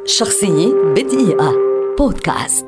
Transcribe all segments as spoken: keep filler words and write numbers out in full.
شخصية بدقيقة بودكاست.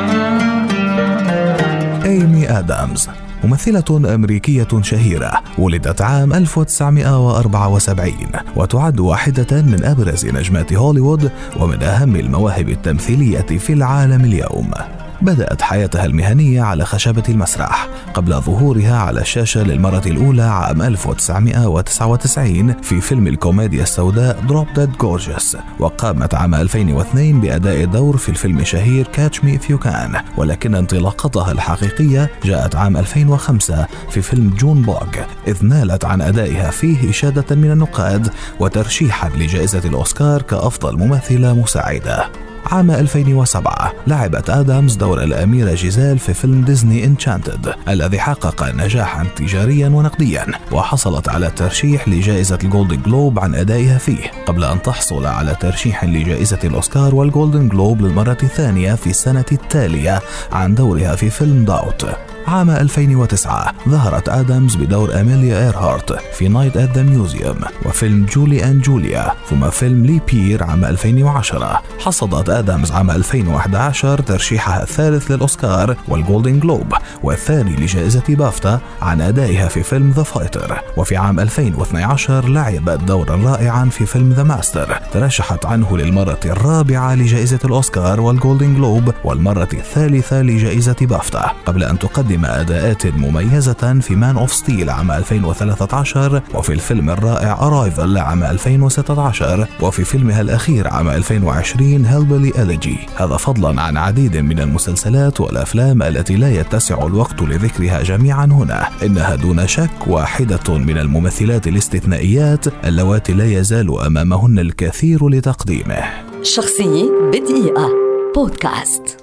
إيمي آدامز ممثلة أمريكية شهيرة، ولدت عام ألف وتسعمائة وأربعة وسبعين وتعد واحدة من أبرز نجمات هوليوود ومن أهم المواهب التمثيلية في العالم اليوم. بدأت حياتها المهنية على خشبة المسرح قبل ظهورها على الشاشة للمرة الأولى عام ألف وتسعمائة وتسعة وتسعين في فيلم الكوميديا السوداء Drop Dead Gorgeous، وقامت عام ألفين واثنين بأداء دور في الفيلم الشهير Catch Me If You Can، ولكن انطلاقتها الحقيقية جاءت عام ألفين وخمسة في فيلم جون بوغ، إذ نالت عن أدائها فيه إشادة من النقاد وترشيحا لجائزة الأوسكار كأفضل ممثلة مساعدة. عام ألفين وسبعة لعبت آدامز دور الأميرة جيزيل في فيلم ديزني انشانتد الذي حقق نجاحا تجاريا ونقديا، وحصلت على ترشيح لجائزة الجولدن جلوب عن أدائها فيه، قبل أن تحصل على ترشيح لجائزة الأوسكار والجولدن جلوب للمرة الثانية في السنة التالية عن دورها في فيلم داوت. عام ألفين وتسعة ظهرت آدامز بدور أميليا إيرهارت في نايت أت ذا ميوزيوم وفيلم جولي أند جوليا، ثم فيلم لي بير عام ألفين وعشرة. حصدت آدامز عام ألفين وأحد عشر ترشيحها الثالث للأوسكار والجولدن جلوب والثاني لجائزة بافتا عن أدائها في فيلم ذا فايتر. وفي عام ألفين واثني عشر لعبت دورا رائعا في فيلم ذا ماستر، ترشحت عنه للمرة الرابعة لجائزة الأوسكار والجولدن جلوب والمرة الثالثة لجائزة بافتا، قبل أن تقدم أداءات مميزة في مان أوف ستيل عام ألفين وثلاثة عشر، وفي الفيلم الرائع أرايفل عام ألفين وستة عشر، وفي فيلمها الأخير عام ألفين وعشرين هيلبلي إليجي. هذا فضلا عن عديد من المسلسلات والأفلام التي لا يتسع الوقت لذكرها جميعا هنا. إنها دون شك واحدة من الممثلات الاستثنائيات اللواتي لا يزال أمامهن الكثير لتقديمه. شخصية بدقيقة بودكاست.